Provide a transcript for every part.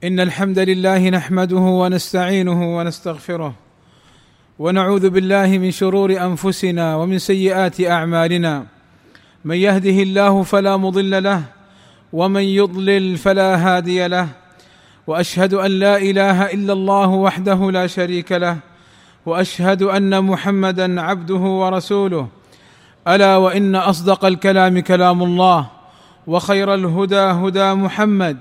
إن الحمد لله نحمده ونستعينه ونستغفره ونعوذ بالله من شرور أنفسنا ومن سيئات أعمالنا. من يهده الله فلا مضل له ومن يضلل فلا هادي له، وأشهد أن لا إله إلا الله وحده لا شريك له، وأشهد أن محمدا عبده ورسوله. ألا وإن أصدق الكلام كلام الله، وخير الهدى هدى محمد،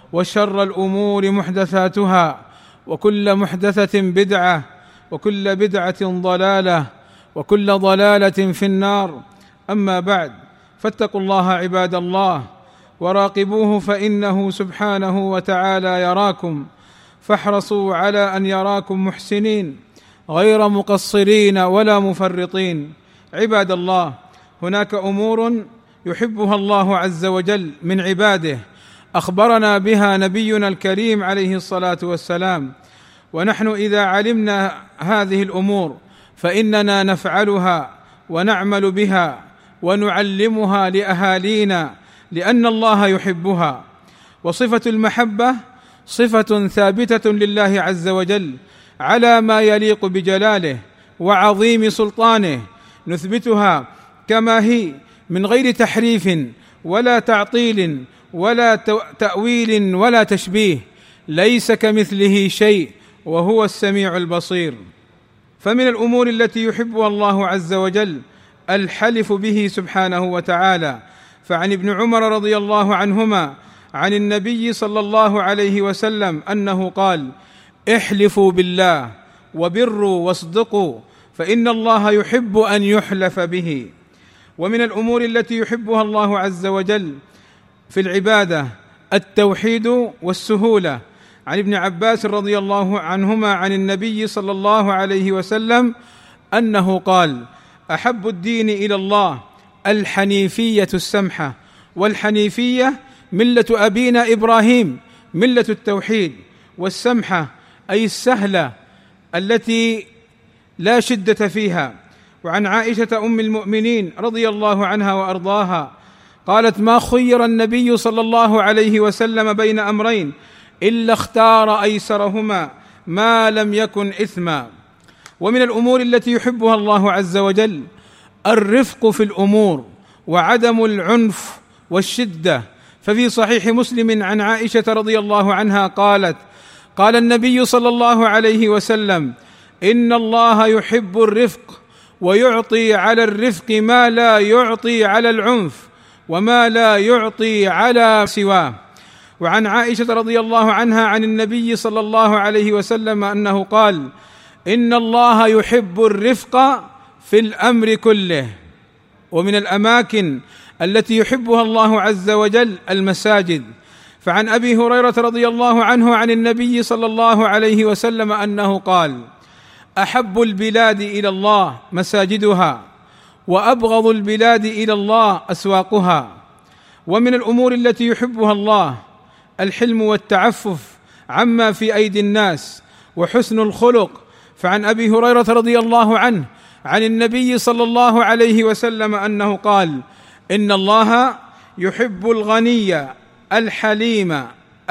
وشر الأمور محدثاتها، وكل محدثة بدعة، وكل بدعة ضلالة، وكل ضلالة في النار. أما بعد، فاتقوا الله عباد الله وراقبوه، فإنه سبحانه وتعالى يراكم، فاحرصوا على أن يراكم محسنين غير مقصرين ولا مفرطين. عباد الله، هناك أمور يحبها الله عز وجل من عباده أخبرنا بها نبينا الكريم عليه الصلاة والسلام، ونحن إذا علمنا هذه الأمور فإننا نفعلها ونعمل بها ونعلمها لأهالينا، لأن الله يحبها. وصفة المحبة صفة ثابتة لله عز وجل على ما يليق بجلاله وعظيم سلطانه، نثبتها كما هي من غير تحريف ولا تعطيل ولا تأويل ولا تشبيه، ليس كمثله شيء وهو السميع البصير. فمن الأمور التي يحبها الله عز وجل الحلف به سبحانه وتعالى، فعن ابن عمر رضي الله عنهما عن النبي صلى الله عليه وسلم أنه قال: احلفوا بالله وبروا واصدقوا، فإن الله يحب أن يحلف به. ومن الأمور التي يحبها الله عز وجل في العبادة التوحيد والسهولة. عن ابن عباس رضي الله عنهما عن النبي صلى الله عليه وسلم أنه قال: أحب الدين إلى الله الحنيفية السمحة. والحنيفية ملة أبينا إبراهيم، ملة التوحيد، والسمحة أي السهلة التي لا شدة فيها. وعن عائشة أم المؤمنين رضي الله عنها وأرضاها قالت: ما خير النبي صلى الله عليه وسلم بين أمرين إلا اختار أيسرهما ما لم يكن إثما. ومن الأمور التي يحبها الله عز وجل الرفق في الأمور وعدم العنف والشدة. ففي صحيح مسلم عن عائشة رضي الله عنها قالت: قال النبي صلى الله عليه وسلم: إن الله يحب الرفق ويعطي على الرفق ما لا يعطي على العنف وما لا يعطي على سواه. وعن عائشة رضي الله عنها عن النبي صلى الله عليه وسلم أنه قال: إن الله يحب الرفق في الأمر كله. ومن الأماكن التي يحبها الله عز وجل المساجد. فعن أبي هريرة رضي الله عنه عن النبي صلى الله عليه وسلم أنه قال: أحب البلاد إلى الله مساجدها، وأبغض البلاد إلى الله أسواقها. ومن الأمور التي يحبها الله الحلم والتعفف عما في أيدي الناس وحسن الخلق. فعن أبي هريرة رضي الله عنه عن النبي صلى الله عليه وسلم أنه قال: إن الله يحب الغني الحليم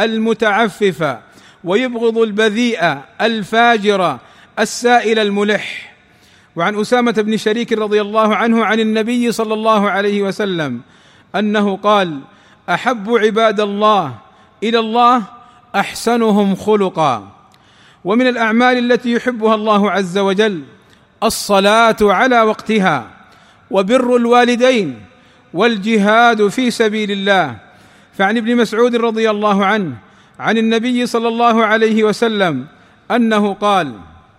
المتعفف، ويبغض البذيء الفاجر السائل الملح. وعن أسامة بن شريك رضي الله عنه عن النبي صلى الله عليه وسلم أنه قال: أحب عباد الله إلى الله أحسنهم خلقا. ومن الأعمال التي يحبها الله عز وجل الصلاة على وقتها، وبر الوالدين، والجهاد في سبيل الله. فعن ابن مسعود رضي الله عنه عن النبي صلى الله عليه وسلم أنه قال: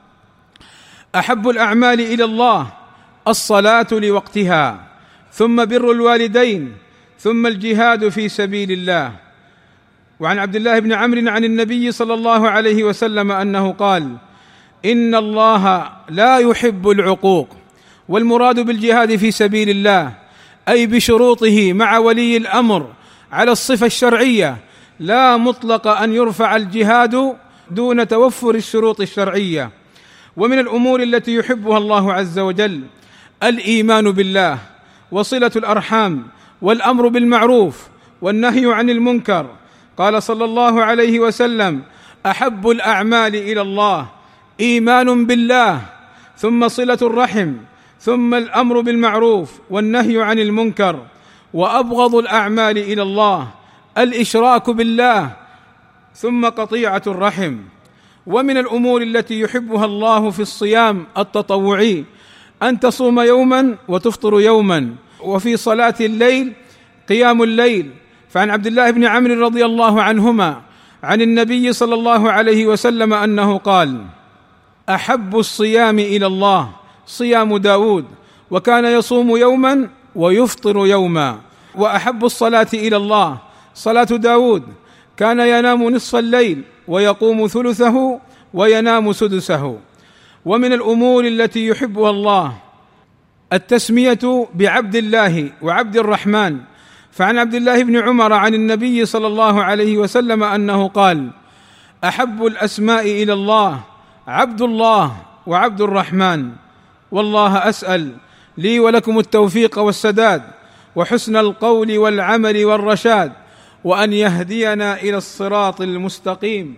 أحب الأعمال إلى الله الصلاة لوقتها، ثم بر الوالدين، ثم الجهاد في سبيل الله. وعن عبد الله بن عمرو عن النبي صلى الله عليه وسلم أنه قال: إن الله لا يحب العقوق. والمراد بالجهاد في سبيل الله أي بشروطه مع ولي الأمر على الصفة الشرعية، لا مطلق أن يرفع الجهاد دون توفر الشروط الشرعية. ومن الأمور التي يحبها الله عز وجل الإيمان بالله، وصلة الأرحام، والأمر بالمعروف، والنهي عن المنكر. قال صلى الله عليه وسلم: أحب الأعمال إلى الله إيمان بالله، ثم صلة الرحم، ثم الأمر بالمعروف والنهي عن المنكر، وأبغض الأعمال إلى الله الإشراك بالله، ثم قطيعة الرحم. ومن الأمور التي يحبها الله في الصيام التطوعي أن تصوم يوما وتفطر يوما، وفي صلاة الليل قيام الليل. فعن عبد الله بن عمرو رضي الله عنهما عن النبي صلى الله عليه وسلم أنه قال: أحب الصيام إلى الله صيام داود، وكان يصوم يوما ويفطر يوما. وأحب الصلاة إلى الله صلاة داود، كان ينام نصف الليل ويقوم ثلثه وينام سدسه. ومن الأمور التي يحبها الله التسمية بعبد الله وعبد الرحمن. فعن عبد الله بن عمر عن النبي صلى الله عليه وسلم أنه قال: أحب الأسماء إلى الله عبد الله وعبد الرحمن. والله أسأل لي ولكم التوفيق والسداد وحسن القول والعمل والرشاد، وأن يهدينا إلى الصراط المستقيم.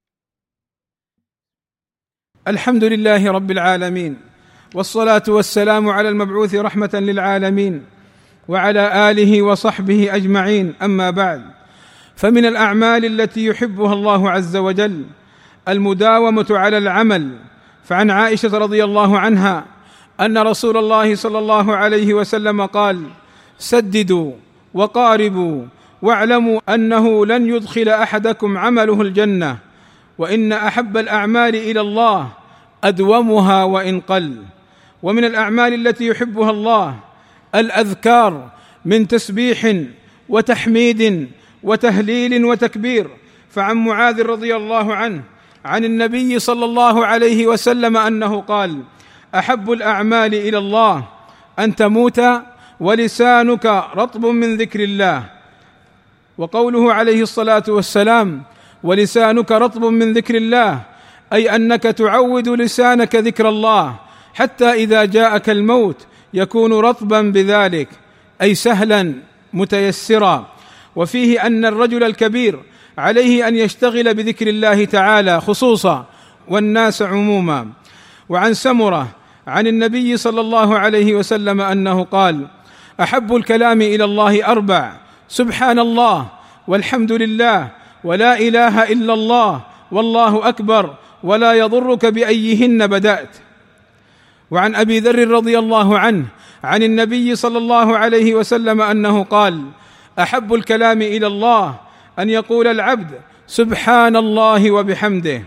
الحمد لله رب العالمين، والصلاة والسلام على المبعوث رحمة للعالمين وعلى آله وصحبه أجمعين. أما بعد، فمن الأعمال التي يحبها الله عز وجل المداومة على العمل. فعن عائشة رضي الله عنها أن رسول الله صلى الله عليه وسلم قال: سددوا وقاربوا واعلموا أنه لن يدخل أحدكم عمله الجنة، وإن أحب الأعمال إلى الله أدومها وإن قل. ومن الأعمال التي يحبها الله الأذكار من تسبيح وتحميد وتهليل وتكبير. فعن معاذ رضي الله عنه عن النبي صلى الله عليه وسلم أنه قال: أحب الأعمال إلى الله أن تموت ولسانك رطب من ذكر الله. وقوله عليه الصلاة والسلام: ولسانك رطب من ذكر الله، أي أنك تعود لسانك ذكر الله حتى إذا جاءك الموت يكون رطبا بذلك، أي سهلا متيسرا. وفيه أن الرجل الكبير عليه أن يشتغل بذكر الله تعالى خصوصا والناس عموما. وعن سمرة عن النبي صلى الله عليه وسلم أنه قال: أحب الكلام إلى الله أربع: سبحان الله والحمد لله ولا إله إلا الله والله أكبر ولا يضرك بأيهن بدأت. وعن أبي ذر رضي الله عنه عن النبي صلى الله عليه وسلم أنه قال: أحب الكلام إلى الله أن يقول العبد سبحان الله وبحمده.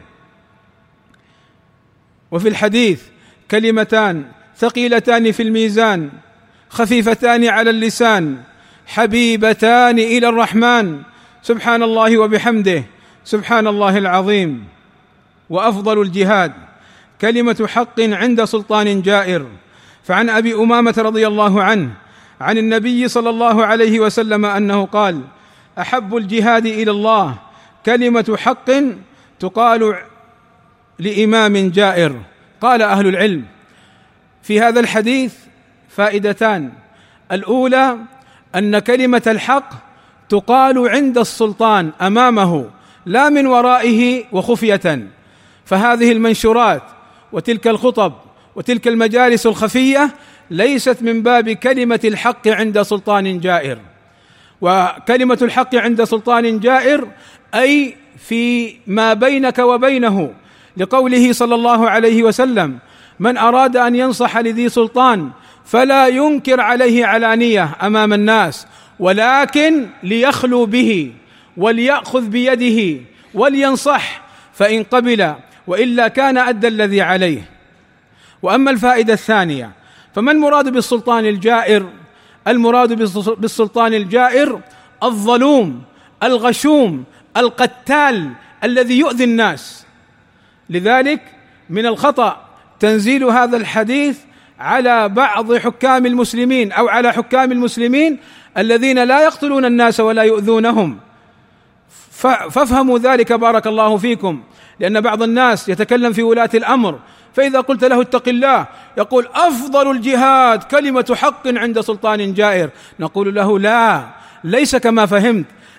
وفي الحديث: كلمتان ثقيلتان في الميزان خفيفتان على اللسان حبيبتان إلى الرحمن، سبحان الله وبحمده سبحان الله العظيم. وأفضل الجهاد كلمة حق عند سلطان جائر. فعن أبي أمامة رضي الله عنه عن النبي صلى الله عليه وسلم أنه قال: أحب الجهاد إلى الله كلمة حق تقال لإمام جائر. قال أهل العلم في هذا الحديث فائدتان: الأولى أن كلمة الحق تقال عند السلطان أمامه لا من ورائه وخفية، فهذه المنشورات وتلك الخطب وتلك المجالس الخفية ليست من باب كلمة الحق عند سلطان جائر. وكلمة الحق عند سلطان جائر أي في ما بينك وبينه، لقوله صلى الله عليه وسلم: من أراد أن ينصح لذي سلطان فلا ينكر عليه علانية أمام الناس، ولكن ليخلو به وليأخذ بيده ولينصح، فإن قبل وإلا كان أدى الذي عليه. وأما الفائدة الثانية، فما المراد بالسلطان الجائر؟ المراد بالسلطان الجائر الظلوم الغشوم القتال الذي يؤذي الناس. لذلك من الخطأ تنزيل هذا الحديث على بعض حكام المسلمين أو على حكام المسلمين الذين لا يقتلون الناس ولا يؤذونهم. فافهموا ذلك بارك الله فيكم، لأن بعض الناس يتكلم في ولاة الأمر، فإذا قلت له اتق الله يقول أفضل الجهاد كلمة حق عند سلطان جائر. نقول له لا، ليس كما فهمت،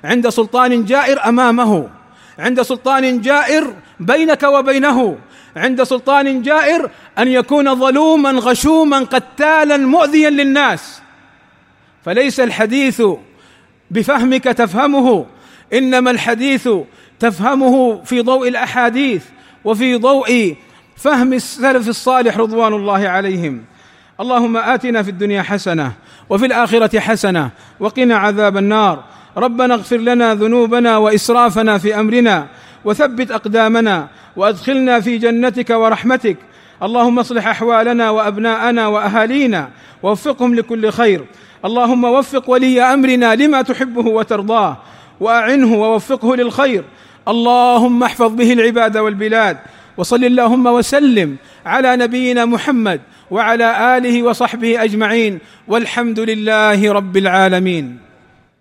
عند سلطان جائر أمامه، عند سلطان جائر بينك وبينه، عند سلطان جائر أن يكون ظلوما غشوما قتالا مؤذيا للناس. فليس الحديث بفهمك تفهمه، إنما الحديث تفهمه في ضوء الأحاديث وفي ضوء فهم السلف الصالح رضوان الله عليهم. اللهم آتنا في الدنيا حسنة وفي الآخرة حسنة وقنا عذاب النار. ربنا اغفر لنا ذنوبنا وإسرافنا في أمرنا وثبت أقدامنا وأدخلنا في جنتك ورحمتك. اللهم اصلح أحوالنا وأبناءنا وأهالينا ووفقهم لكل خير. اللهم وفق ولي أمرنا لما تحبه وترضاه، وأعنه ووفقه للخير. اللهم احفظ به العباد والبلاد. وصل اللهم وسلم على نبينا محمد وعلى آله وصحبه أجمعين، والحمد لله رب العالمين.